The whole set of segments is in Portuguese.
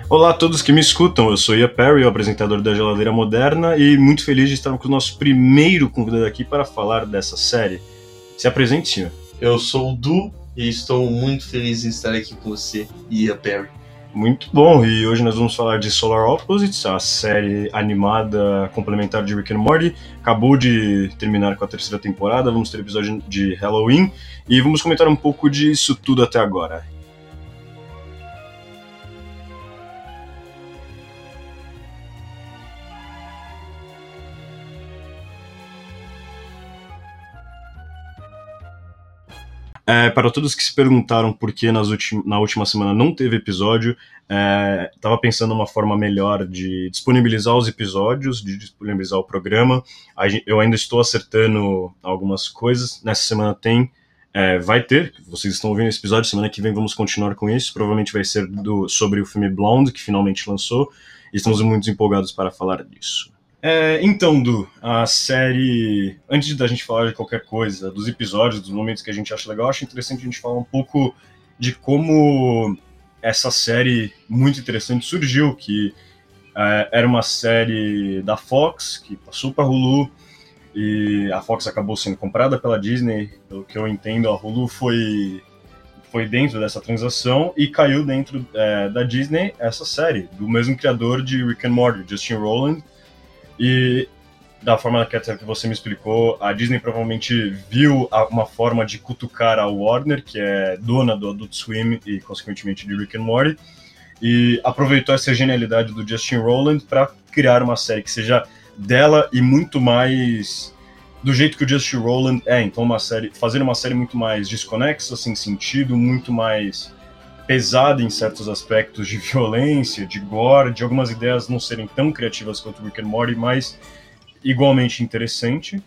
Olá a todos que me escutam, eu sou Ian Perry, o apresentador da Geladeira Moderna, e muito feliz de estar com o nosso primeiro convidado aqui para falar dessa série. Se apresente, senhor. Eu sou o Du e estou muito feliz em estar aqui com você, Ian Perry. Muito bom, e hoje nós vamos falar de Solar Opposites, a série animada complementar de Rick and Morty. Acabou de terminar com a terceira temporada, vamos ter episódio de Halloween, e vamos comentar um pouco disso tudo até agora. Para todos que se perguntaram por que na última semana não teve episódio, estava pensando uma forma melhor de disponibilizar os episódios, de disponibilizar o programa. Eu ainda estou acertando algumas coisas. Nessa semana vai ter, vocês estão ouvindo esse episódio, semana que vem vamos continuar com isso. Provavelmente vai ser sobre o filme Blonde, que finalmente lançou, e estamos muito empolgados para falar disso. Então, Du, a série, antes da gente falar de qualquer coisa, dos episódios, dos momentos que a gente acha legal, acho interessante a gente falar um pouco de como essa série muito interessante surgiu, que era uma série da Fox, que passou para a Hulu, e a Fox acabou sendo comprada pela Disney. Pelo que eu entendo, a Hulu foi dentro dessa transação e caiu dentro da Disney essa série, do mesmo criador de Rick and Morty, Justin Roiland. E da forma que você me explicou, a Disney provavelmente viu uma forma de cutucar a Warner, que é dona do Adult Swim e, consequentemente, de Rick and Morty, e aproveitou essa genialidade do Justin Roiland para criar uma série que seja dela e muito mais do jeito que o Justin Roiland é. Então, fazer uma série muito mais desconexa, sem sentido, muito mais pesada em certos aspectos de violência, de gore, de algumas ideias não serem tão criativas quanto Rick and Morty, mas igualmente interessante.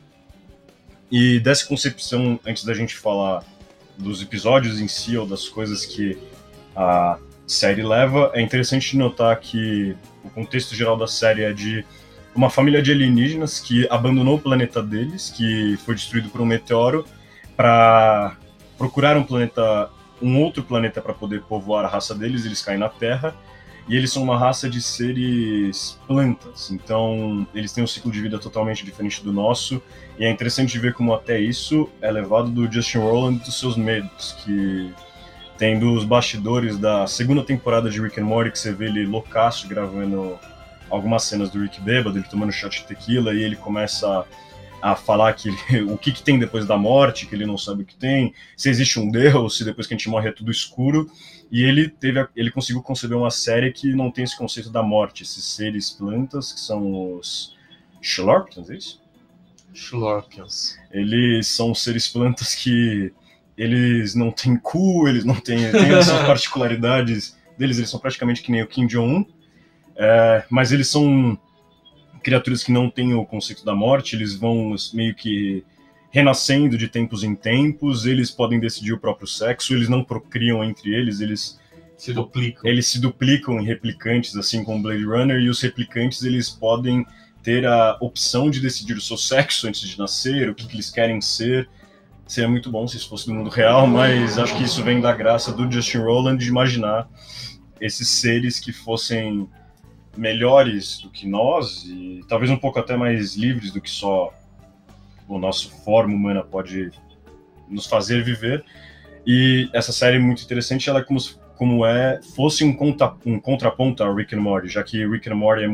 E dessa concepção, antes da gente falar dos episódios em si ou das coisas que a série leva, é interessante notar que o contexto geral da série é de uma família de alienígenas que abandonou o planeta deles, que foi destruído por um meteoro, para procurar um outro planeta para poder povoar a raça deles. Eles caem na Terra e eles são uma raça de seres plantas, então eles têm um ciclo de vida totalmente diferente do nosso, e é interessante ver como até isso é levado do Justin Roiland dos seus medos, que tem dos bastidores da segunda temporada de Rick and Morty, que você vê ele loucaço gravando algumas cenas do Rick bêbado, ele tomando shot de tequila, e ele começa a falar o que tem depois da morte, que ele não sabe o que tem, se existe um Deus, se depois que a gente morre é tudo escuro. E ele conseguiu conceber uma série que não tem esse conceito da morte, esses seres plantas, que são os Schlorpians, é isso? Schlorpians. Eles são seres plantas que eles não têm cu, eles não têm as suas particularidades deles, eles são praticamente que nem o Kim Jong-un, mas eles são criaturas que não têm o conceito da morte, eles vão meio que renascendo de tempos em tempos, eles podem decidir o próprio sexo, eles não procriam entre eles, eles se duplicam. Eles se duplicam em replicantes, assim como Blade Runner, e os replicantes eles podem ter a opção de decidir o seu sexo antes de nascer, o que eles querem ser. Seria muito bom se isso fosse do mundo real, mas acho que isso vem da graça do Justin Roiland de imaginar esses seres que fossem melhores do que nós e talvez um pouco até mais livres do que só a nossa forma humana pode nos fazer viver. E essa série é muito interessante, ela é fosse um contraponto a Rick and Morty, já que Rick and Morty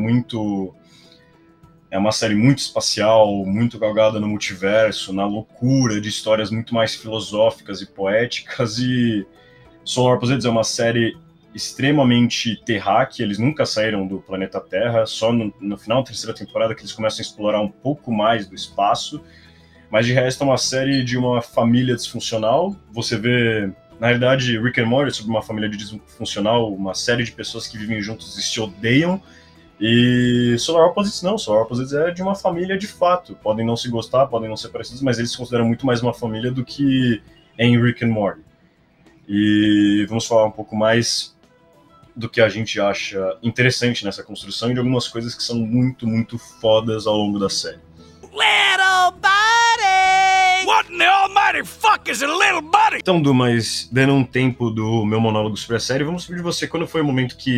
é uma série muito espacial, muito galgada no multiverso, na loucura de histórias muito mais filosóficas e poéticas, e Solar Opposites é uma série extremamente terráquea. Eles nunca saíram do planeta Terra, só no final da terceira temporada que eles começam a explorar um pouco mais do espaço, mas de resto é uma série de uma família disfuncional. Você vê, na realidade, Rick and Morty sobre uma família disfuncional, uma série de pessoas que vivem juntos e se odeiam, e Solar Opposites não, Solar Opposites é de uma família de fato, podem não se gostar, podem não ser parecidos, mas eles se consideram muito mais uma família do que em Rick and Morty. E vamos falar um pouco mais do que a gente acha interessante nessa construção e de algumas coisas que são muito, muito fodas ao longo da série. Little buddy! What in the almighty fuck is a little buddy? Então, Du, mas dando um tempo do meu monólogo sobre a série, vamos pedir de você, quando foi o momento que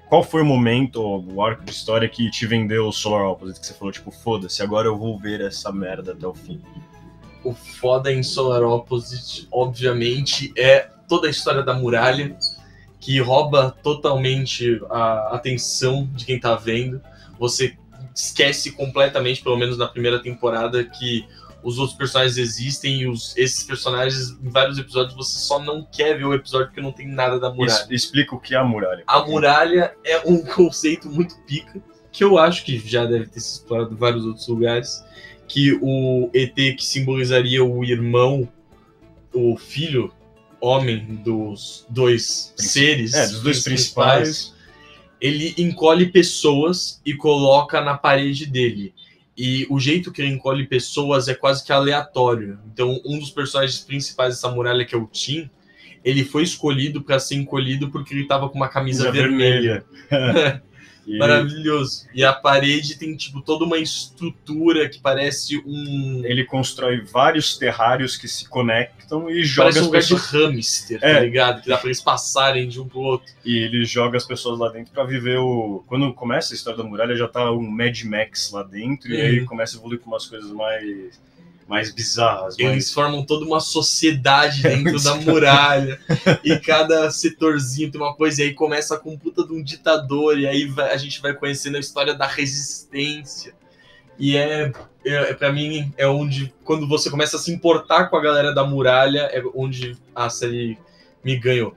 qual foi o momento, o arco de história que te vendeu o Solar Opposite, que você falou, tipo, foda-se, agora eu vou ver essa merda até o fim? O foda em Solar Opposite, obviamente, é toda a história da muralha, que rouba totalmente a atenção de quem tá vendo. Você esquece completamente, pelo menos na primeira temporada, que os outros personagens existem e esses personagens, em vários episódios, você só não quer ver o episódio porque não tem nada da muralha. Explica o que é a muralha. A muralha é um conceito muito pica, que eu acho que já deve ter se explorado em vários outros lugares, que o ET que simbolizaria o irmão, o filho, homem dos dois seres, dos dois principais, ele encolhe pessoas e coloca na parede dele. E o jeito que ele encolhe pessoas é quase que aleatório. Então, um dos personagens principais dessa muralha, que é o Tim, ele foi escolhido para ser encolhido porque ele tava com uma camisa vermelha. Maravilhoso. E a parede tem, tipo, toda uma estrutura que parece Ele constrói vários terrários que se conectam e joga parece as um lugar pessoas... de hamster, tá ligado? Que dá pra eles passarem de um pro outro. E ele joga as pessoas lá dentro pra viver Quando começa a história da muralha, já tá um Mad Max lá dentro, e aí começa a evoluir com umas coisas mais bizarras. Eles formam toda uma sociedade dentro da muralha, e cada setorzinho tem uma coisa, e aí começa com puta de um ditador, e aí a gente vai conhecendo a história da resistência. E pra mim, é onde, quando você começa a se importar com a galera da muralha, é onde a série me ganhou.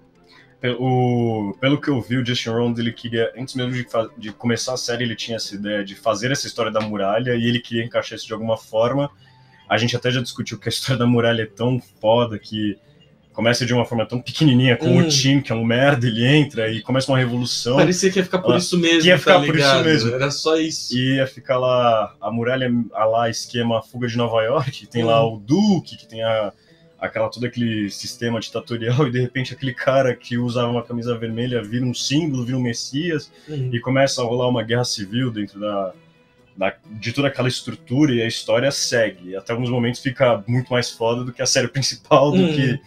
Pelo que eu vi, o Justin Roiland, ele queria, antes mesmo de começar a série, ele tinha essa ideia de fazer essa história da muralha, e ele queria encaixar isso de alguma forma. A gente até já discutiu que a história da muralha é tão foda que começa de uma forma tão pequenininha com o Tim, que é um merda, ele entra e começa uma revolução. Parecia que ia ficar por isso mesmo, que ia ficar por isso mesmo. Era só isso. E ia ficar lá, a muralha, lá, esquema Fuga de Nova York, tem lá o Duke, que tem todo aquele sistema ditatorial, e de repente aquele cara que usava uma camisa vermelha vira um símbolo, vira um messias, e começa a rolar uma guerra civil dentro de toda aquela estrutura, e a história segue. E até alguns momentos fica muito mais foda do que a série principal, do que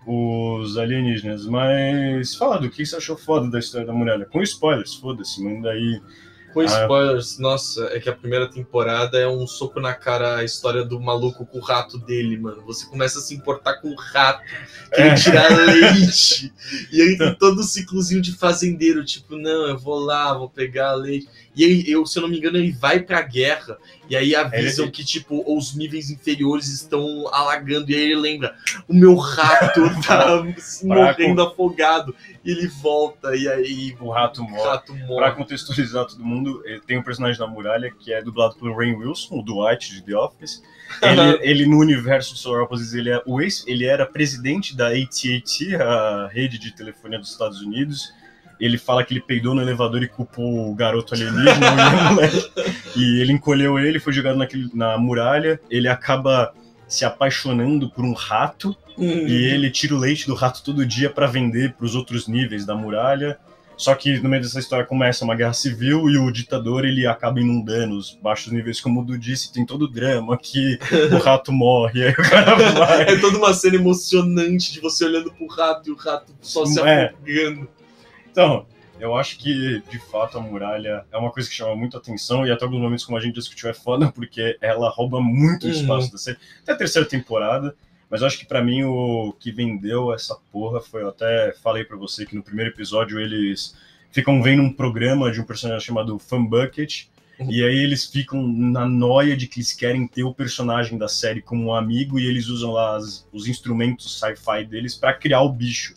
os alienígenas. Mas fala do que você achou foda da história da muralha. Com spoilers, foda-se, manda aí. Com spoilers, nossa, é que a primeira temporada é um soco na cara a história do maluco com o rato dele, mano. Você começa a se importar com o rato, querer tirar leite. E aí tem todo o ciclozinho de fazendeiro, tipo, não, eu vou lá, vou pegar leite. E aí, se eu não me engano, ele vai pra guerra, e aí avisam que, tipo, os níveis inferiores estão alagando, e aí ele lembra, o meu rato tá morrendo afogado, e ele volta, e aí o rato morre. Pra contextualizar todo mundo, tem um personagem da muralha que é dublado pelo Rainn Wilson, o Dwight de The Office. Ele no universo de Solar Opposites, ele era presidente da AT&T, a rede de telefonia dos Estados Unidos. Ele fala que ele peidou no elevador e culpou o garoto alienígena, o moleque. E ele encolheu ele, foi jogado na muralha. Ele acaba se apaixonando por um rato, e ele tira o leite do rato todo dia para vender para os outros níveis da muralha. Só que no meio dessa história começa uma guerra civil, e o ditador ele acaba inundando os baixos níveis, como o Du disse, tem todo o drama que o rato morre, aí o cara vai. É toda uma cena emocionante de você olhando pro rato e o rato só se afogando. Então, eu acho que, de fato, a muralha é uma coisa que chama muito atenção, e até alguns momentos, como a gente discutiu, é foda, porque ela rouba muito espaço da série. Até a terceira temporada, mas eu acho que pra mim o que vendeu essa porra foi, eu até falei pra você que no primeiro episódio eles ficam vendo um programa de um personagem chamado Fun Bucket, e aí eles ficam na noia de que eles querem ter o personagem da série como um amigo, e eles usam lá os instrumentos sci-fi deles pra criar o bicho.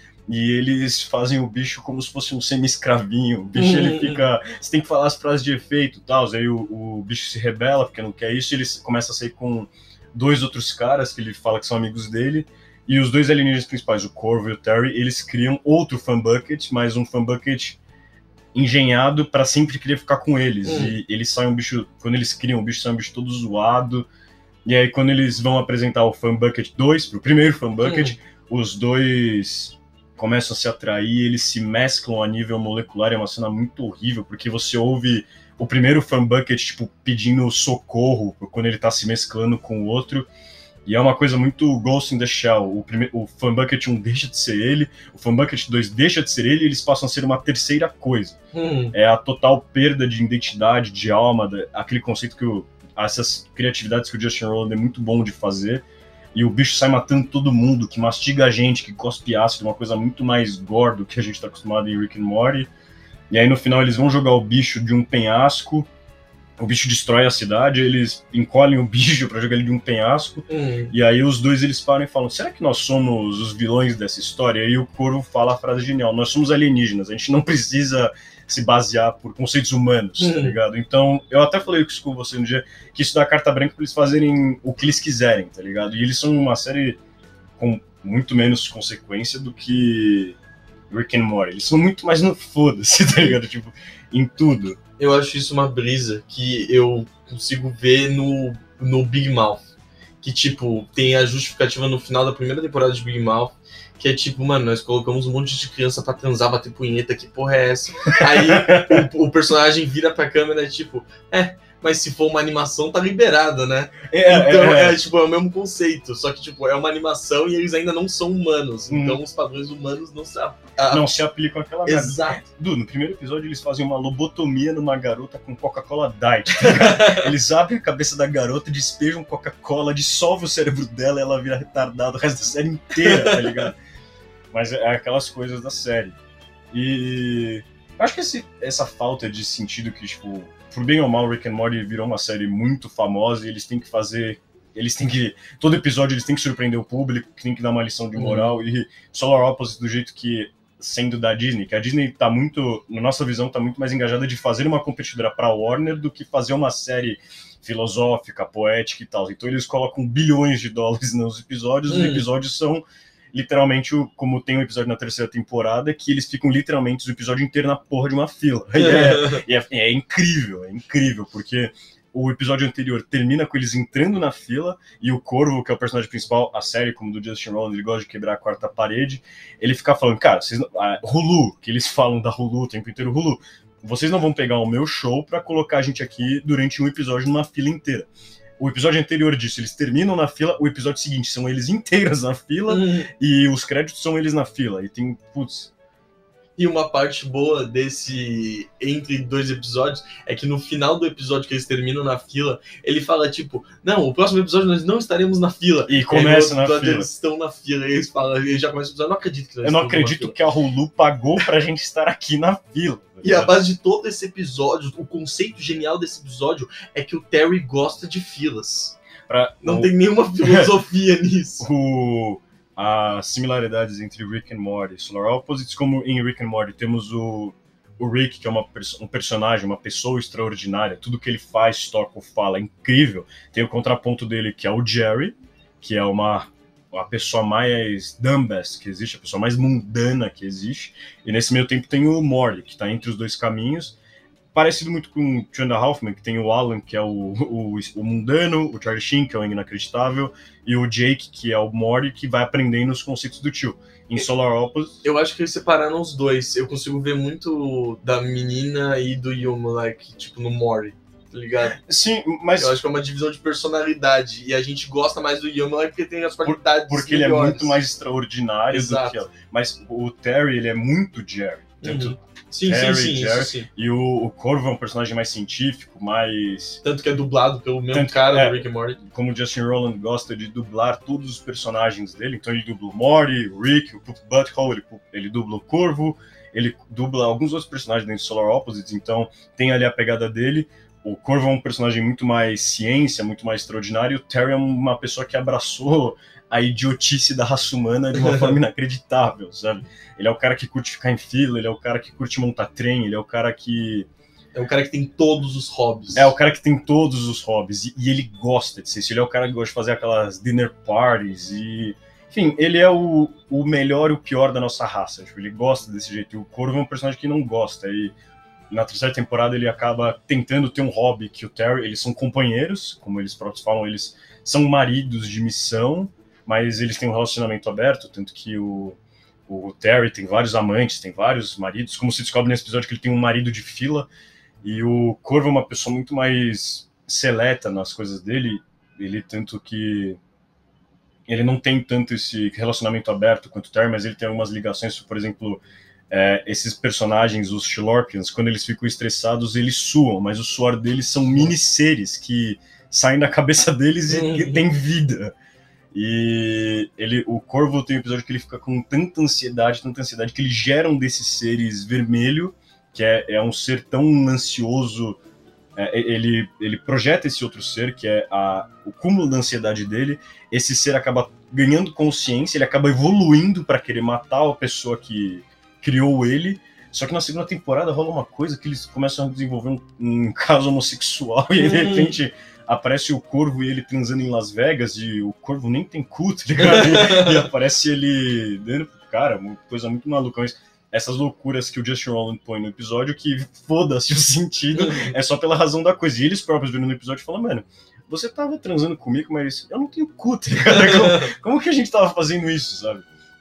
E eles fazem o bicho como se fosse um semi-escravinho. O bicho, ele fica... Você tem que falar as frases de efeito e tal. Aí o bicho se rebela porque não quer isso. E ele começa a sair com dois outros caras que ele fala que são amigos dele. E os dois alienígenas principais, o Corvo e o Terry, eles criam outro Fun Bucket, mas um Fun Bucket engenhado pra sempre querer ficar com eles. E eles saem um bicho... Quando eles criam, o bicho sai um bicho todo zoado. E aí, quando eles vão apresentar o Fun Bucket 2, pro primeiro Fun Bucket, os dois... começam a se atrair, eles se mesclam a nível molecular, é uma cena muito horrível, porque você ouve o primeiro Fun Bucket, tipo, pedindo socorro quando ele tá se mesclando com o outro, E é uma coisa muito Ghost in the Shell. O Funbucket 1 deixa de ser ele, o Funbucket 2 deixa de ser ele, e eles passam a ser uma terceira coisa. É a total perda de identidade, de alma, aquele conceito que essas criatividades que o Justin Roiland é muito bom de fazer. E o bicho sai matando todo mundo, que mastiga a gente, que cospe ácido, uma coisa muito mais gore do que a gente tá acostumado em Rick and Morty. E aí no final eles vão jogar o bicho de um penhasco, o bicho destrói a cidade, eles encolhem o bicho pra jogar ele de um penhasco, e aí os dois eles param e falam, será que nós somos os vilões dessa história? E aí o Corvo fala a frase genial, nós somos alienígenas, a gente não precisa se basear por conceitos humanos, tá ligado? Então, eu até falei isso com você no dia, que isso dá carta branca pra eles fazerem o que eles quiserem, tá ligado? E eles são uma série com muito menos consequência do que Rick and Morty, eles são muito mais no foda-se, tá ligado? Tipo, em tudo. Eu acho isso uma brisa que eu consigo ver no Big Mouth. Que, tipo, tem a justificativa no final da primeira temporada de Big Mouth, que é tipo, mano, nós colocamos um monte de criança pra transar, bater punheta, que porra é essa? Aí o personagem vira pra câmera e tipo, mas se for uma animação, tá liberado, né? Então, tipo, é o mesmo conceito, só que, tipo, é uma animação e eles ainda não são humanos, então os padrões humanos não se aplicam àquela merda. Exato. No primeiro episódio eles fazem uma lobotomia numa garota com Coca-Cola Diet, tá ligado? Eles abrem a cabeça da garota, despejam Coca-Cola, dissolvem o cérebro dela e ela vira retardada o resto da série inteira, tá ligado? Mas é aquelas coisas da série. E acho que essa falta de sentido que, tipo, por bem ou mal, Rick and Morty virou uma série muito famosa e eles têm que todo episódio eles têm que surpreender o público, que tem que dar uma lição de moral, e Solar Opposite do jeito que, sendo da Disney, que a Disney tá muito, na nossa visão, tá muito mais engajada de fazer uma competidora pra Warner do que fazer uma série filosófica, poética e tal. Então eles colocam bilhões de dólares nos episódios, os episódios são literalmente, como tem um episódio na terceira temporada, que eles ficam literalmente o episódio inteiro na porra de uma fila. E é incrível, porque o episódio anterior termina com eles entrando na fila, e o Corvo, que é o personagem principal, a série, como do Justin Roiland, ele gosta de quebrar a quarta parede, ele fica falando, cara, Hulu, que eles falam da Hulu o tempo inteiro, Hulu, vocês não vão pegar o meu show pra colocar a gente aqui durante um episódio numa fila inteira. O episódio anterior disso, eles terminam na fila, o episódio seguinte são eles inteiros na fila, e os créditos são eles na fila, e tem, putz... E uma parte boa desse entre dois episódios é que no final do episódio que eles terminam na fila, ele fala tipo, não, o próximo episódio nós não estaremos na fila. E começa na fila. Eles estão na fila, e eles falam, e já começa o episódio, eu não acredito que nós Eu não acredito que a Hulu pagou pra gente estar aqui na fila. E a base de todo esse episódio, o conceito genial desse episódio é que o Terry gosta de filas. Não tem nenhuma filosofia nisso. As similaridades entre Rick and Morty e Solar Opposites, como em Rick and Morty temos o Rick, que é um personagem, uma pessoa extraordinária, tudo que ele faz, toca ou fala é incrível. Tem o contraponto dele, que é o Jerry, que é a pessoa mais dumbest que existe, a pessoa mais mundana que existe, e nesse meio tempo tem o Morty, que está entre os dois caminhos, parecido muito com o Two and a Half Men, que tem o Alan, que é o mundano, o Charlie Sheen, que é o inacreditável, e o Jake, que é o Morty, que vai aprendendo os conceitos do tio. Em Solar Opposites... Eu acho que eles separaram os dois. Eu consigo ver muito da menina e do Young Moleque, tipo, no Morty, tá ligado? Sim, mas... Eu acho que é uma divisão de personalidade, e a gente gosta mais do Young Moleque porque tem as qualidades porque melhores. Ele é muito mais extraordinário. Exato. Do que ela. Mas o Terry, ele é muito Jerry. Tanto Sim, Jerry, isso sim. E o Corvo é um personagem mais científico, mais... Tanto que é dublado pelo mesmo cara do Rick and Morty. Como o Justin Roiland gosta de dublar todos os personagens dele, então ele dubla o Morty, o Rick, o Poop Butthole, ele dubla o Corvo, ele dubla alguns outros personagens dentro de Solar Opposites, então tem ali a pegada dele. O Corvo é um personagem muito mais ciência, muito mais extraordinário, e o Terry é uma pessoa que abraçou a idiotice da raça humana de uma forma inacreditável, sabe? Ele é o cara que curte ficar em fila, ele é o cara que curte montar trem, ele é o cara que... É o cara que tem todos os hobbies. É o cara que tem todos os hobbies, e ele gosta de ser isso. Ele é o cara que gosta de fazer aquelas dinner parties, e... Enfim, ele é o melhor e o pior da nossa raça. Tipo, ele gosta desse jeito. E o Corvo é um personagem que não gosta, e na terceira temporada ele acaba tentando ter um hobby que o Terry... Eles são companheiros, como eles próprios falam, eles são maridos de missão, mas eles têm um relacionamento aberto, tanto que o Terry tem vários amantes, tem vários maridos, como se descobre nesse episódio que ele tem um marido de fila, e o Corvo é uma pessoa muito mais seleta nas coisas dele, ele tanto que ele não tem tanto esse relacionamento aberto quanto o Terry, mas ele tem algumas ligações, por exemplo, esses personagens, os Shilorpians, quando eles ficam estressados, eles suam, mas o suor deles são mini-seres que saem da cabeça deles e têm vida. E o Corvo tem um episódio que ele fica com tanta ansiedade, que ele gera um desses seres vermelho, que é um ser tão ansioso. Ele projeta esse outro ser, que é o cúmulo da ansiedade dele. Esse ser acaba ganhando consciência, ele acaba evoluindo para querer matar a pessoa que criou ele. Só que na segunda temporada rola uma coisa que eles começam a desenvolver um caso homossexual e de repente aparece o Corvo e ele transando em Las Vegas e o Corvo nem tem cu, tá ligado? E aparece ele dando pro cara, uma coisa muito maluca. Mas essas loucuras que o Justin Roiland põe no episódio, que foda-se o sentido, é só pela razão da coisa. E eles próprios vendo no episódio falam, mano, você tava transando comigo, mas eu não tenho cu, tá ligado? Como que a gente tava fazendo isso, sabe?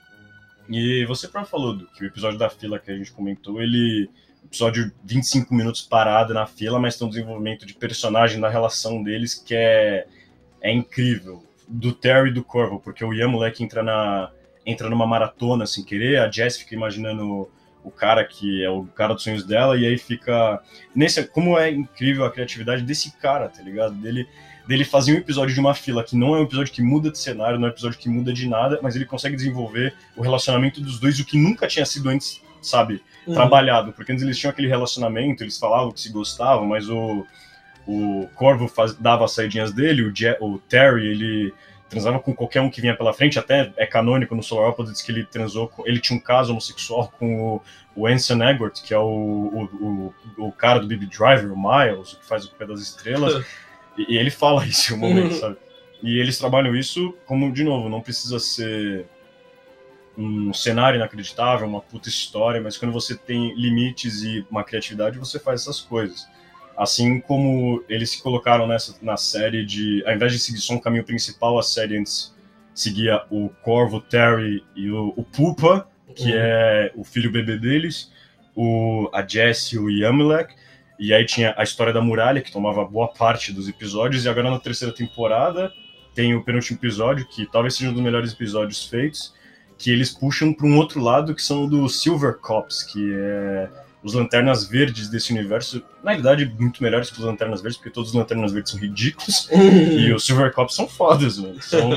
E você próprio falou que o episódio da fila que a gente comentou, episódio 25 minutos parado na fila, mas tem um desenvolvimento de personagem na relação deles que é incrível. Do Terry e do Corvo, porque o Ian moleque entra numa maratona sem querer, a Jess fica imaginando o cara que é o cara dos sonhos dela, e aí fica... como é incrível a criatividade desse cara, tá ligado? Dele fazer um episódio de uma fila que não é um episódio que muda de cenário, não é um episódio que muda de nada, mas ele consegue desenvolver o relacionamento dos dois, o que nunca tinha sido antes, sabe, trabalhado. Porque antes eles tinham aquele relacionamento, eles falavam que se gostavam, mas o Corvo dava as saidinhas dele, o Terry, ele transava com qualquer um que vinha pela frente, até é canônico no Solar Opposites que ele ele tinha um caso homossexual com o Anson Egort, que é o cara do Baby Driver, o Miles, que faz o Pé das Estrelas, e ele fala isso em um momento, sabe? E eles trabalham isso como, de novo, não precisa ser um cenário inacreditável, uma puta história, mas quando você tem limites e uma criatividade, você faz essas coisas. Assim como eles se colocaram na série de... Ao invés de seguir só um caminho principal, a série antes seguia o Corvo, o Terry e o Pupa, que é o filho bebê deles, a Jessie e o Yamilek, e aí tinha a história da muralha, que tomava boa parte dos episódios, e agora na terceira temporada tem o penúltimo episódio, que talvez seja um dos melhores episódios feitos, que eles puxam para um outro lado, que são dos Silver Cops, que é os Lanternas Verdes desse universo, na realidade, muito melhores que os Lanternas Verdes, porque todos os Lanternas Verdes são ridículos, e os Silver Cops são fodas, mano.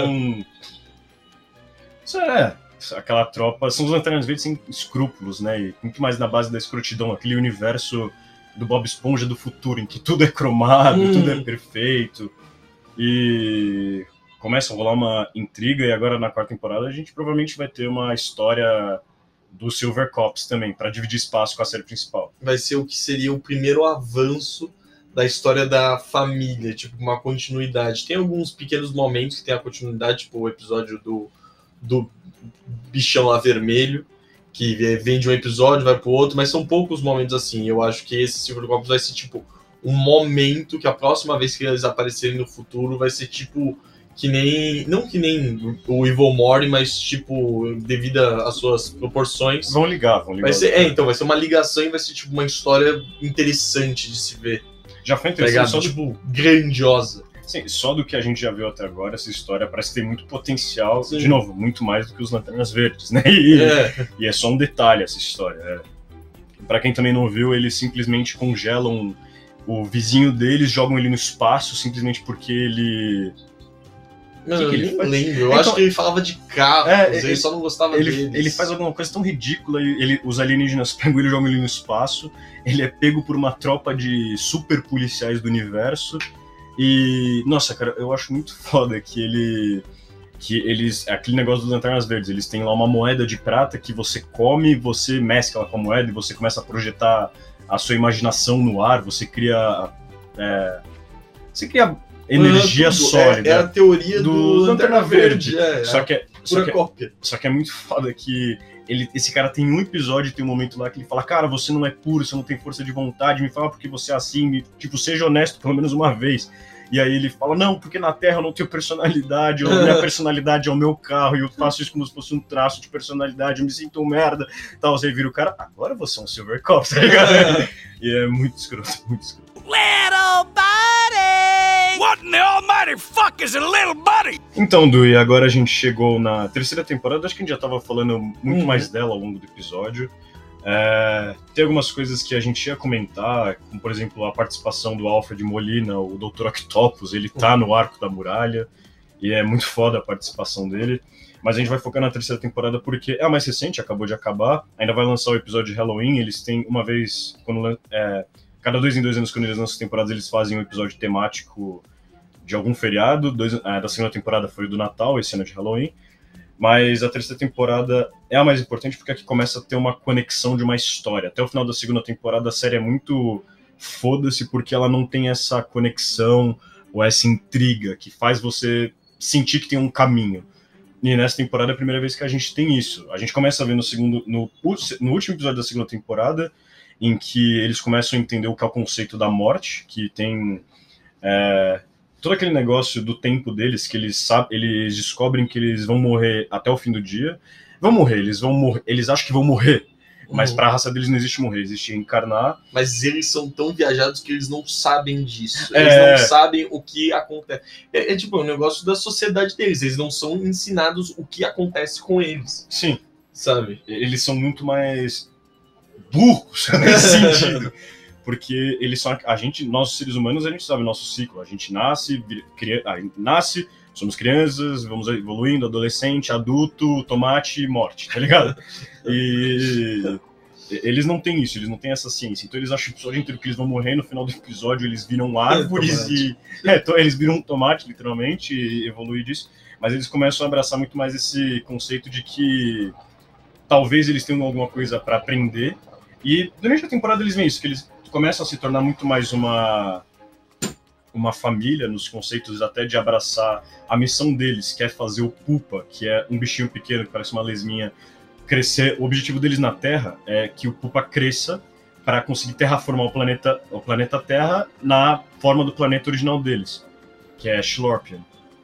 Aquela tropa, são os Lanternas Verdes sem escrúpulos, né, e muito mais na base da escrotidão, aquele universo do Bob Esponja do futuro, em que tudo é cromado, tudo é perfeito, e começa a rolar uma intriga, e agora na quarta temporada a gente provavelmente vai ter uma história do Silver Cops também, para dividir espaço com a série principal. Vai ser o que seria o primeiro avanço da história da família, tipo, uma continuidade. Tem alguns pequenos momentos que tem a continuidade, tipo o episódio do bichão lá vermelho, que vem de um episódio, vai pro outro, mas são poucos momentos assim. Eu acho que esse Silver Cops vai ser, tipo, um momento que a próxima vez que eles aparecerem no futuro vai ser, tipo, não que nem o Evil Morty, mas, tipo, devido às suas proporções. Vão ligar. Vai ser uma ligação e vai ser, tipo, uma história interessante de se ver. Já foi interessante. Só, tipo, grandiosa. Sim, só do que a gente já viu até agora, essa história parece ter muito potencial. Sim. De novo, muito mais do que os Lanternas Verdes, né? E é só um detalhe essa história. Pra quem também não viu, eles simplesmente congelam o vizinho deles, jogam ele no espaço, simplesmente porque ele... Eu nem lembro. Eu acho que ele falava de carros, ele só não gostava deles. Ele faz alguma coisa tão ridícula, os alienígenas pegam ele e jogam ele no espaço, ele é pego por uma tropa de super policiais do universo, e, nossa, cara, eu acho muito foda que eles, aquele negócio dos Lanternas Verdes, eles têm lá uma moeda de prata que você come, você mescla com a moeda e você começa a projetar a sua imaginação no ar, você cria energia sólida. É a teoria do Lanterna Verde. Só que é muito foda que esse cara tem um episódio, tem um momento lá que ele fala, cara, você não é puro, você não tem força de vontade, me fala porque você é assim, seja honesto pelo menos uma vez. E aí ele fala, não, porque na Terra eu não tenho personalidade, minha personalidade é o meu carro, e eu faço isso como se fosse um traço de personalidade, eu me sinto um merda. Tal, você vira o cara, agora você é um Silver Cop, tá ligado? E é muito escroto, muito escroto. Little buddy! What in the almighty fuck is a little buddy? Então, Du, e agora a gente chegou na terceira temporada, acho que a gente já tava falando muito mais dela ao longo do episódio. Tem algumas coisas que a gente ia comentar, como por exemplo a participação do Alfred Molina, o Dr. Octopus, ele tá no Arco da Muralha, e é muito foda a participação dele. Mas a gente vai focar na terceira temporada porque é a mais recente, acabou de acabar, ainda vai lançar o episódio de Halloween, eles têm uma vez, cada 2 em 2 anos, quando eles lançam temporadas, eles fazem um episódio temático de algum feriado. Da segunda temporada foi o do Natal, esse ano de Halloween. Mas a terceira temporada é a mais importante porque aqui começa a ter uma conexão de uma história. Até o final da segunda temporada a série é muito foda-se porque ela não tem essa conexão ou essa intriga que faz você sentir que tem um caminho. E nessa temporada é a primeira vez que a gente tem isso. A gente começa a ver no último episódio da segunda temporada, em que eles começam a entender o que é o conceito da morte, que tem todo aquele negócio do tempo deles, que eles descobrem que eles vão morrer até o fim do dia. Eles acham que vão morrer, mas pra raça deles não existe morrer, existe reencarnar. Mas eles são tão viajados que eles não sabem disso. Eles não sabem o que acontece. É tipo um negócio da sociedade deles. Eles não são ensinados o que acontece com eles. Sim. Sabe? Eles são muito mais burros nesse sentido. Porque eles são. Nós seres humanos, a gente sabe o nosso ciclo. A gente nasce, somos crianças, vamos evoluindo, adolescente, adulto, tomate, morte, tá ligado? E eles não têm isso, eles não têm essa ciência. Então eles acham o episódio inteiro que eles vão morrer, no final do episódio eles viram árvores eles viram um tomate, literalmente, e evoluem disso. Mas eles começam a abraçar muito mais esse conceito de que talvez eles tenham alguma coisa pra aprender. E durante a temporada eles veem isso, que eles começam a se tornar muito mais uma família, nos conceitos até de abraçar a missão deles, que é fazer o Pupa, que é um bichinho pequeno que parece uma lesminha, crescer. O objetivo deles na Terra é que o Pupa cresça para conseguir terraformar o planeta Terra na forma do planeta original deles, que é Shlorpian.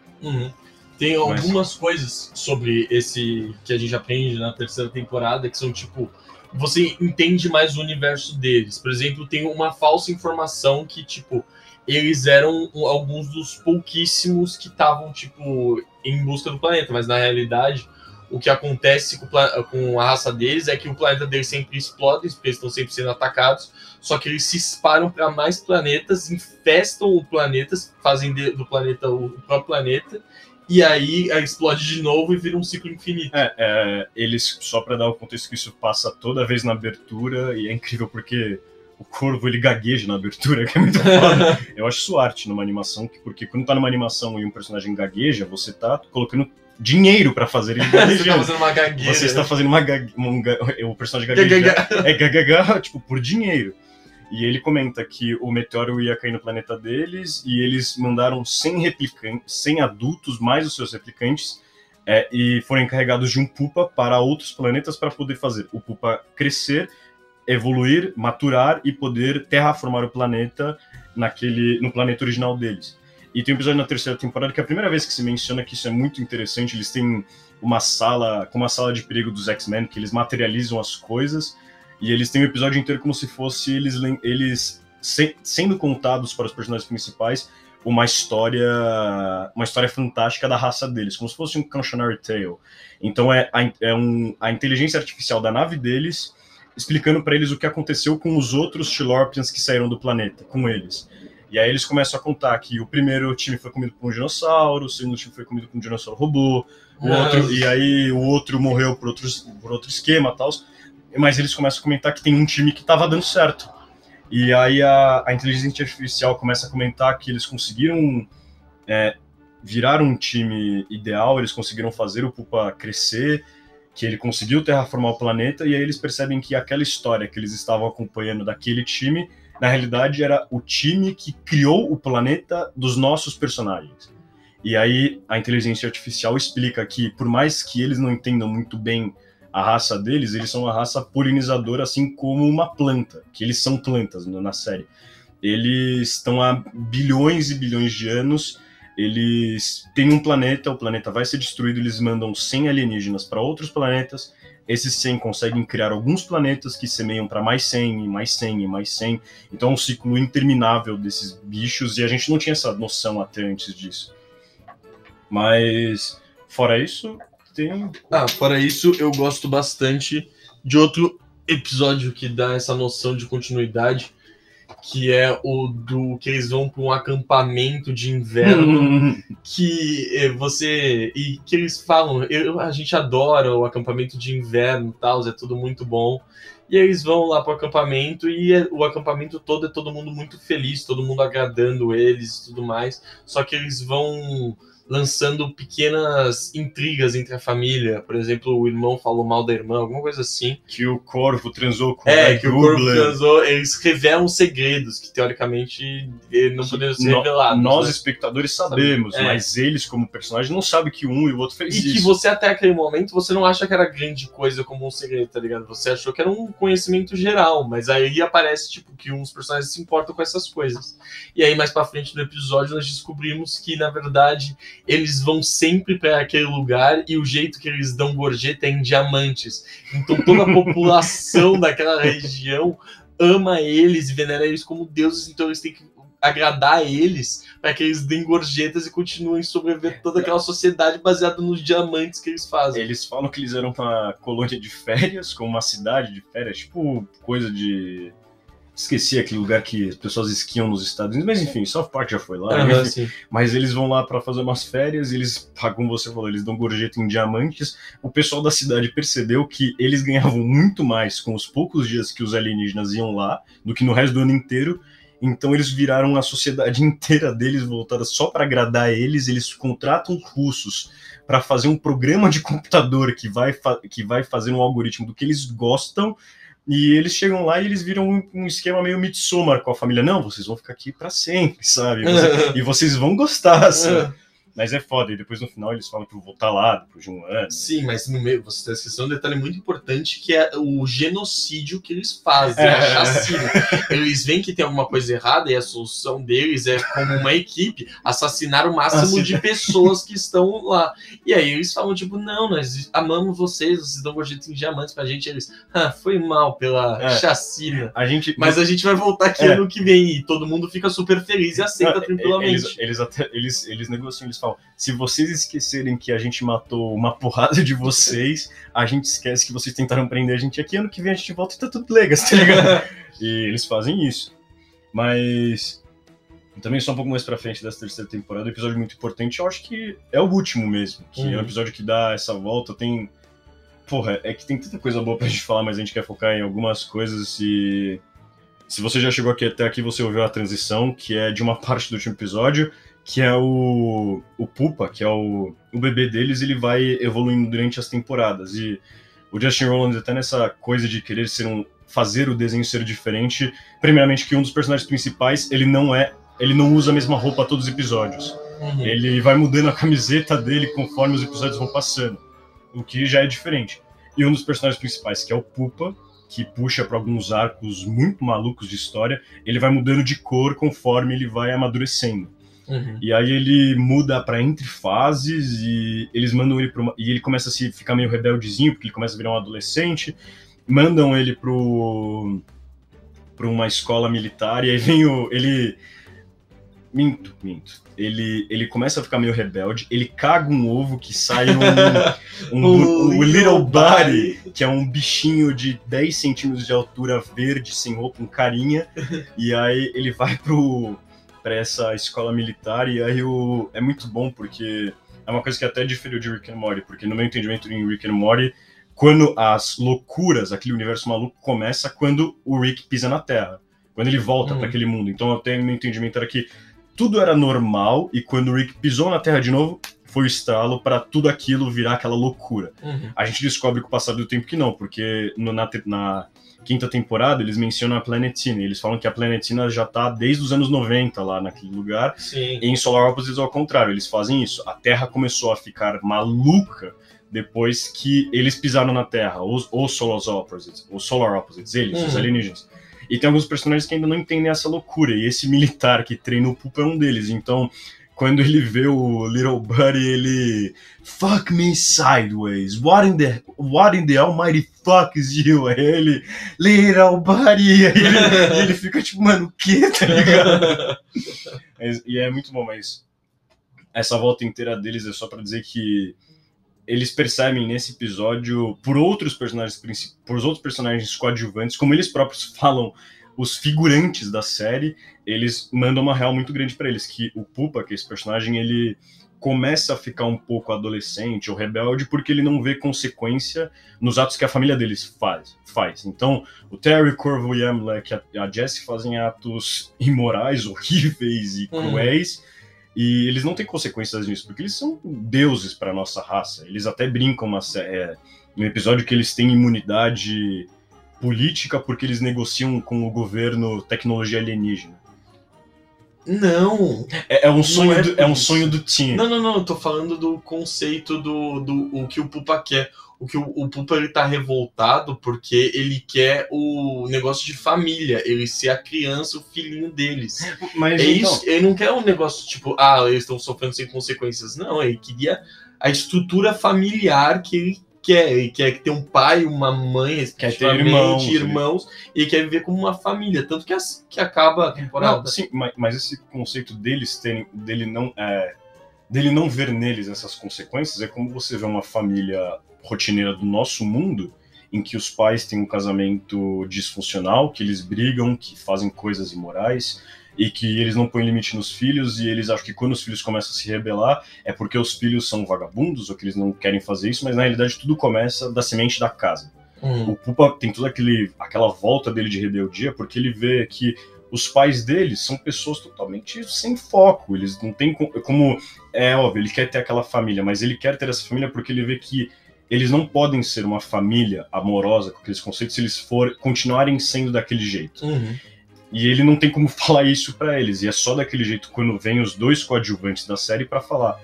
Tem algumas coisas sobre esse que a gente aprende na terceira temporada que são tipo, você entende mais o universo deles. Por exemplo, tem uma falsa informação que tipo, eles eram alguns dos pouquíssimos que estavam tipo em busca do planeta, mas na realidade o que acontece com a raça deles é que o planeta deles sempre explode, porque eles estão sempre sendo atacados, só que eles se espalham para mais planetas, infestam o planeta, fazem do planeta o próprio planeta, e aí explode de novo e vira um ciclo infinito. Eles, só para dar o contexto, que isso passa toda vez na abertura, e é incrível porque o Corvo ele gagueja na abertura, que é muito foda. Eu acho isso arte numa animação, porque quando tá numa animação e um personagem gagueja, você tá colocando dinheiro pra fazer ele gaguejando. Você tá fazendo uma gagueira. Você está fazendo o personagem gagueja tipo, por dinheiro. E ele comenta que o meteoro ia cair no planeta deles e eles mandaram 100 adultos, mais os seus replicantes, e foram encarregados de um Pupa para outros planetas para poder fazer o Pupa crescer, evoluir, maturar e poder terraformar o planeta no planeta original deles. E tem um episódio na terceira temporada que é a primeira vez que se menciona que isso é muito interessante. Eles têm uma sala de perigo dos X-Men, que eles materializam as coisas, e eles têm o episódio inteiro como se fosse eles sendo contados para os personagens principais uma história fantástica da raça deles, como se fosse um cautionary tale. Então a inteligência artificial da nave deles explicando para eles o que aconteceu com os outros Shlorpians que saíram do planeta, com eles. E aí eles começam a contar que o primeiro time foi comido por um dinossauro, o segundo time foi comido por um dinossauro robô, e aí o outro morreu por outro esquema e tal. Mas eles começam a comentar que tem um time que estava dando certo. E aí a inteligência artificial começa a comentar que eles conseguiram virar um time ideal, eles conseguiram fazer o Pupa crescer, que ele conseguiu terraformar o planeta, e aí eles percebem que aquela história que eles estavam acompanhando daquele time, na realidade era o time que criou o planeta dos nossos personagens. E aí a inteligência artificial explica que, por mais que eles não entendam muito bem a raça deles, eles são uma raça polinizadora, assim como uma planta, que eles são plantas na série. Eles estão há bilhões e bilhões de anos, eles têm um planeta, o planeta vai ser destruído, eles mandam 100 alienígenas para outros planetas, esses 100 conseguem criar alguns planetas que semeiam para mais 100, e mais 100, e mais 100. Então é um ciclo interminável desses bichos, e a gente não tinha essa noção até antes disso. Mas, fora isso, fora isso, eu gosto bastante de outro episódio que dá essa noção de continuidade, que é o do que eles vão para um acampamento de inverno, que eles falam, a gente adora o acampamento de inverno e tal, é tudo muito bom. E eles vão lá pro acampamento e o acampamento todo é todo mundo muito feliz, todo mundo agradando eles e tudo mais, só que eles vão lançando pequenas intrigas entre a família. Por exemplo, o irmão falou mal da irmã, alguma coisa assim. Que o corvo transou com que o corvo transou. Eles revelam segredos que, teoricamente, não poderiam ser revelados. Nós, espectadores, sabemos, mas eles, como personagem, não sabem que um e o outro fez isso. E que você, até aquele momento, você não acha que era grande coisa como um segredo, tá ligado? Você achou que era um conhecimento geral, mas aí aparece, tipo, que uns personagens se importam com essas coisas. E aí, mais pra frente no episódio, nós descobrimos que, na verdade, eles vão sempre para aquele lugar e o jeito que eles dão gorjeta é em diamantes. Então toda a população daquela região ama eles e venera eles como deuses, então eles têm que agradar eles para que eles deem gorjetas e continuem sobrevivendo toda aquela sociedade baseada nos diamantes que eles fazem. Eles falam que eles eram uma colônia de férias, com uma cidade de férias, tipo coisa de... Esqueci aquele lugar que as pessoas esquiam nos Estados Unidos, mas enfim, South Park já foi lá. Mas eles vão lá para fazer umas férias, eles, como você falou, eles dão gorjeta em diamantes. O pessoal da cidade percebeu que eles ganhavam muito mais com os poucos dias que os alienígenas iam lá do que no resto do ano inteiro. Então eles viraram a sociedade inteira deles voltada só para agradar eles contratam russos para fazer um programa de computador que vai fazer um algoritmo do que eles gostam. E eles chegam lá e eles viram um esquema meio Midsommar com a família. Não, vocês vão ficar aqui pra sempre, sabe? E vocês vão gostar, sabe? Mas é foda. E depois no final eles falam que eu vou voltar lá depois de um ano. Sim, mas no meio você está esquecendo um detalhe muito importante, que é o genocídio que eles fazem, a chacina. Eles veem que tem alguma coisa errada e a solução deles é, como uma equipe, assassinar o máximo de pessoas que estão lá. E aí eles falam, tipo, não, nós amamos vocês dão gorjeta em diamantes pra gente. E eles, foi mal pela chacina. Mas a gente vai voltar aqui ano que vem. E todo mundo fica super feliz e aceita tranquilamente. Eles negociam, eles falam, se vocês esquecerem que a gente matou uma porrada de vocês, a gente esquece que vocês tentaram prender a gente aqui, ano que vem a gente volta e tá tudo legal, tá ligado? E eles fazem isso. Mas também só um pouco mais pra frente dessa terceira temporada, um episódio muito importante, eu acho que é o último mesmo, que é um episódio que dá essa volta, tem... Porra, é que tem tanta coisa boa pra gente falar, mas a gente quer focar em algumas coisas e... Se você já chegou até aqui, você ouviu a transição, que é de uma parte do último episódio, que é o Pupa, que é o bebê deles, ele vai evoluindo durante as temporadas. E o Justin Roiland até nessa coisa de querer fazer o desenho ser diferente, primeiramente que um dos personagens principais, ele não usa a mesma roupa a todos os episódios. Ele vai mudando a camiseta dele conforme os episódios vão passando, o que já é diferente. E um dos personagens principais, que é o Pupa, que puxa para alguns arcos muito malucos de história, ele vai mudando de cor conforme ele vai amadurecendo. E aí ele muda pra entre fases e eles mandam ele e ele começa a ficar meio rebeldezinho, porque ele começa a virar um adolescente, mandam ele pra uma escola militar, e aí vem ele... Minto. Ele começa a ficar meio rebelde, ele caga um ovo que sai um Little Buddy, que é um bichinho de 10 centímetros de altura, verde, sem roupa, um carinha, e aí ele vai pra essa escola militar, e aí é muito bom, porque é uma coisa que até diferiu de Rick and Morty, porque no meu entendimento em Rick and Morty, quando as loucuras, aquele universo maluco, começa quando o Rick pisa na Terra, quando ele volta para aquele mundo. Então até meu entendimento era que tudo era normal, e quando o Rick pisou na Terra de novo, foi o estalo para tudo aquilo virar aquela loucura. A gente descobre com o passar do tempo que não, porque na quinta temporada eles mencionam a Planetina, eles falam que a Planetina já tá desde os anos 90 lá naquele lugar. Sim. E em Solar Opposites ao contrário, eles fazem isso. A Terra começou a ficar maluca depois que eles pisaram na Terra, os Solar Opposites, os alienígenas. E tem alguns personagens que ainda não entendem essa loucura, e esse militar que treina o Pupa é um deles. Então, quando ele vê o Little Buddy, ele... Fuck me sideways. What in the almighty fuck is you? Aí ele... Little Buddy. Aí ele fica tipo, mano, o que? Tá ligado? E é muito bom, mas... Essa volta inteira deles é só pra dizer que eles percebem nesse episódio, por outros personagens coadjuvantes, como eles próprios falam, os figurantes da série, eles mandam uma real muito grande pra eles, que o Pupa, que é esse personagem, ele começa a ficar um pouco adolescente ou rebelde porque ele não vê consequência nos atos que a família deles faz. Então, o Terry, Corvo e a Jessie fazem atos imorais, horríveis e cruéis, e eles não têm consequências nisso, porque eles são deuses para nossa raça. Eles até brincam no episódio que eles têm imunidade política porque eles negociam com o governo tecnologia alienígena. Não! É um sonho do Tim. Não, eu tô falando do conceito do que o Pupa quer. O que o Pupa, ele tá revoltado porque ele quer o negócio de família, ele ser a criança, o filhinho deles. Mas então... isso, ele não quer um negócio tipo, eles estão sofrendo sem consequências. Não, ele queria a estrutura familiar que ele quer. Ele quer ter um pai, uma mãe, respectivamente, irmãos, e ele quer viver como uma família. Tanto que acaba a temporada. Não, sim, mas esse conceito dele não ver neles essas consequências é como você vê uma família rotineira do nosso mundo, em que os pais têm um casamento disfuncional, que eles brigam, que fazem coisas imorais, e que eles não põem limite nos filhos, e eles acham que quando os filhos começam a se rebelar, é porque os filhos são vagabundos, ou que eles não querem fazer isso, mas na realidade tudo começa da semente da casa. O Pupa tem toda aquela volta dele de rebeldia, porque ele vê que os pais dele são pessoas totalmente sem foco, eles não têm como... É óbvio, ele quer ter aquela família, mas ele quer ter essa família porque ele vê que eles não podem ser uma família amorosa com aqueles conceitos se eles continuarem sendo daquele jeito. E ele não tem como falar isso pra eles, e é só daquele jeito quando vem os dois coadjuvantes da série pra falar,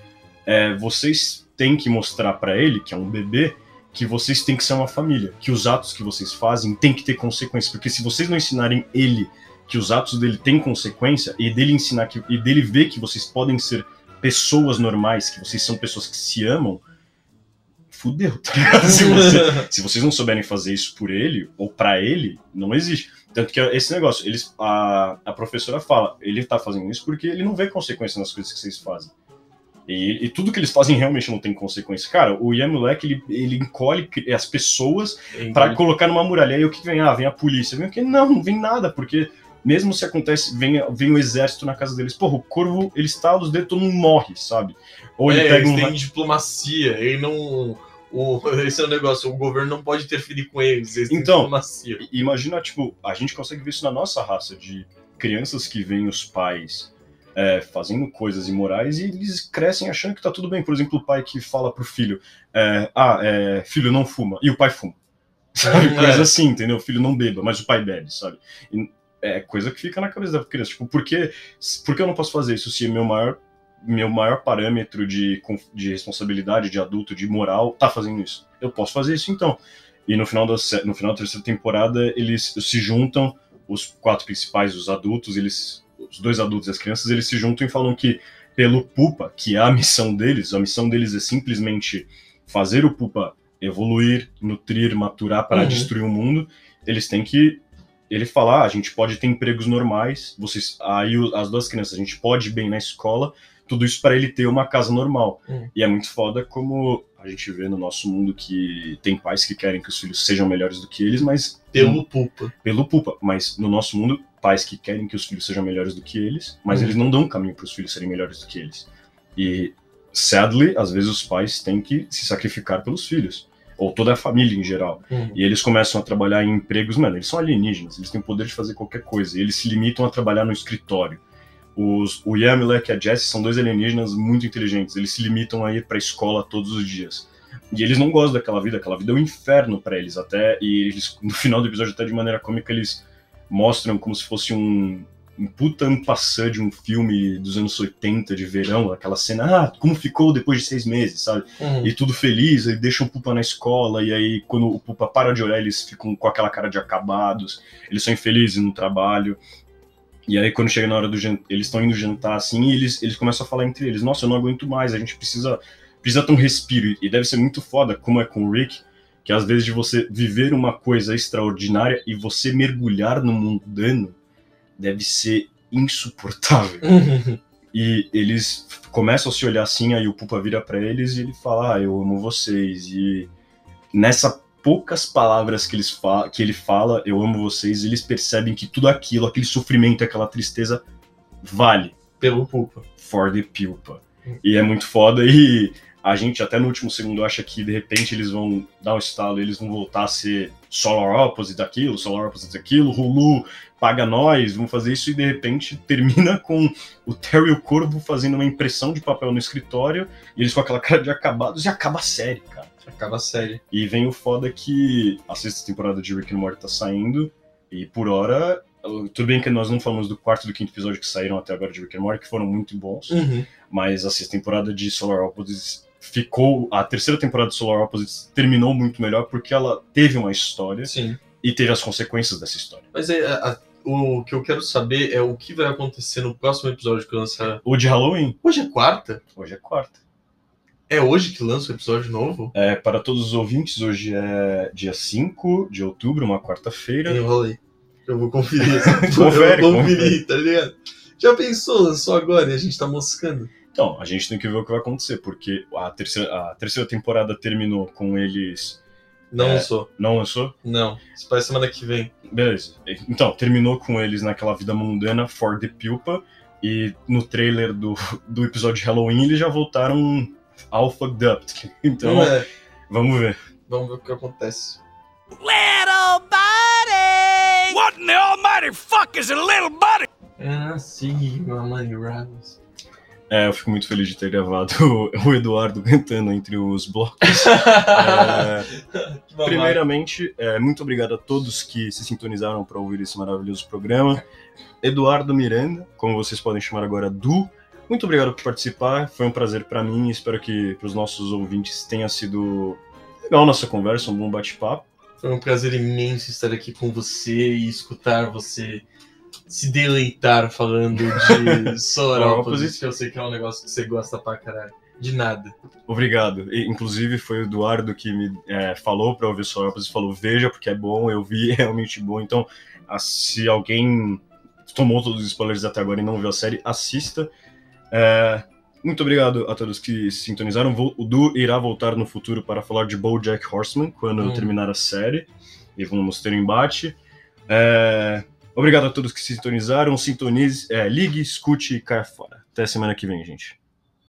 vocês têm que mostrar pra ele, que é um bebê, que vocês têm que ser uma família, que os atos que vocês fazem têm que ter consequências, porque se vocês não ensinarem ele que os atos dele têm consequência, e dele ensinar e dele ver que vocês podem ser pessoas normais, que vocês são pessoas que se amam, fudeu, tá ligado? Se vocês não souberem fazer isso por ele, ou pra ele, não existe. Tanto que esse negócio, a professora fala, ele tá fazendo isso porque ele não vê consequência nas coisas que vocês fazem. E tudo que eles fazem realmente não tem consequência. Cara, o Ian Moleque, ele encolhe as pessoas pra colocar numa muralha. Aí o que vem? Vem a polícia. Vem o quê? Não vem nada, porque mesmo se acontece, vem o exército na casa deles. Porra, o Corvo, ele estala os dedos, todo mundo morre, sabe? Ou ele pega eles têm diplomacia, ele não... esse é o negócio, o governo não pode interferir com eles têm diplomacia. Imagina, tipo, a gente consegue ver isso na nossa raça, de crianças que veem os pais fazendo coisas imorais e eles crescem achando que tá tudo bem. Por exemplo, o pai que fala pro filho, filho, não fuma, e o pai fuma. Sabe? Coisa assim, entendeu? O filho não beba, mas o pai bebe, sabe? E é coisa que fica na cabeça da criança. Tipo, por que eu não posso fazer isso se meu maior parâmetro de responsabilidade, de adulto, de moral, tá fazendo isso? Eu posso fazer isso então. E no final da terceira temporada, eles se juntam, os 4 principais, os adultos, os 2 adultos e as crianças, eles se juntam e falam que pelo Pupa, que é a missão deles é simplesmente fazer o Pupa evoluir, nutrir, maturar para destruir o mundo. Eles têm que... Ele fala, a gente pode ter empregos normais, aí as 2 crianças, a gente pode ir bem na escola, tudo isso para ele ter uma casa normal. E é muito foda como a gente vê no nosso mundo que tem pais que querem que os filhos sejam melhores do que eles, mas... Pelo Pupa. Mas no nosso mundo, pais que querem que os filhos sejam melhores do que eles, mas eles não dão um caminho para os filhos serem melhores do que eles. E, sadly, às vezes os pais têm que se sacrificar pelos filhos. Ou toda a família em geral. E eles começam a trabalhar em empregos, mano, eles são alienígenas, eles têm o poder de fazer qualquer coisa, e eles se limitam a trabalhar no escritório. O Yamilek e a Jessie são 2 alienígenas muito inteligentes, eles se limitam a ir pra escola todos os dias. E eles não gostam daquela vida é um inferno pra eles, e eles, no final do episódio, até de maneira cômica, eles mostram como se fosse um puta en passant de um filme dos anos 80 de verão, aquela cena, como ficou depois de 6 meses, sabe? E tudo feliz, aí deixam o Pupa na escola, e aí quando o Pupa para de olhar, eles ficam com aquela cara de acabados, eles são infelizes no trabalho. E aí, quando chega na hora do jantar, eles estão indo jantar, assim, e eles começam a falar entre eles, nossa, eu não aguento mais, a gente precisa ter um respiro. E deve ser muito foda, como é com o Rick, que às vezes de você viver uma coisa extraordinária e você mergulhar no mundano, deve ser insuportável. E eles começam a se olhar assim, aí o Pupa vira pra eles e ele fala, eu amo vocês. E nessas poucas palavras que ele fala, eu amo vocês, eles percebem que tudo aquilo, aquele sofrimento, aquela tristeza, vale. Pelo Pupa. For the Pupa. E é muito foda, e a gente até no último segundo acha que de repente eles vão dar um estalo, eles vão voltar a ser Solar Opposite daquilo, Hulu paga nós, vamos fazer isso, e de repente termina com o Terry e o Corvo fazendo uma impressão de papel no escritório, e eles com aquela cara de acabados, e acaba a série, cara. Acaba a série. E vem o foda que a 6ª temporada de Rick and Morty tá saindo, e por hora, tudo bem que nós não falamos do 4º e do 5º episódio que saíram até agora de Rick and Morty, que foram muito bons, mas a 6ª temporada de Solar Opposites a 3ª temporada de Solar Opposites terminou muito melhor porque ela teve uma história. Sim. E teve as consequências dessa história. Mas o que eu quero saber é o que vai acontecer no próximo episódio que lançar. O de Halloween. Hoje é quarta? Hoje é quarta. É hoje que lança o episódio novo? Para todos os ouvintes, hoje é dia 5 de outubro, uma quarta-feira. Enrolei. Eu vou conferir essa Confere, eu vou conferir, tá ligado? Já pensou, lançou agora e a gente tá moscando? Então, a gente tem que ver o que vai acontecer, porque a terceira temporada terminou com eles... Não lançou. Não lançou? Não. Isso vai semana que vem. Beleza. Então, terminou com eles naquela vida mundana, For the Pupa, e no trailer do episódio de Halloween eles já voltaram all fucked up. Então, vamos ver. Vamos ver o que acontece. Little buddy! What in the almighty fuck is a little buddy? Sim, Mamãe Ramos. Eu fico muito feliz de ter gravado o Eduardo cantando entre os blocos. Primeiramente, muito obrigado a todos que se sintonizaram para ouvir esse maravilhoso programa. Eduardo Miranda, como vocês podem chamar agora, Du, muito obrigado por participar. Foi um prazer para mim. Espero que para os nossos ouvintes tenha sido legal a nossa conversa, um bom bate-papo. Foi um prazer imenso estar aqui com você e escutar você se deleitar falando de Solar Opposites, que eu sei que é um negócio que você gosta pra caralho. De nada. Obrigado. Inclusive foi o Eduardo que me falou pra ouvir Solar Opposites, falou, veja, porque é bom, eu vi, é realmente bom. Então, se alguém tomou todos os spoilers até agora e não viu a série, assista. Muito obrigado a todos que se sintonizaram. O Du irá voltar no futuro para falar de BoJack Horseman, quando eu terminar a série, e vamos ter um embate. Obrigado a todos que se sintonizaram. Sintonize, ligue, escute e caia fora. Até semana que vem, gente.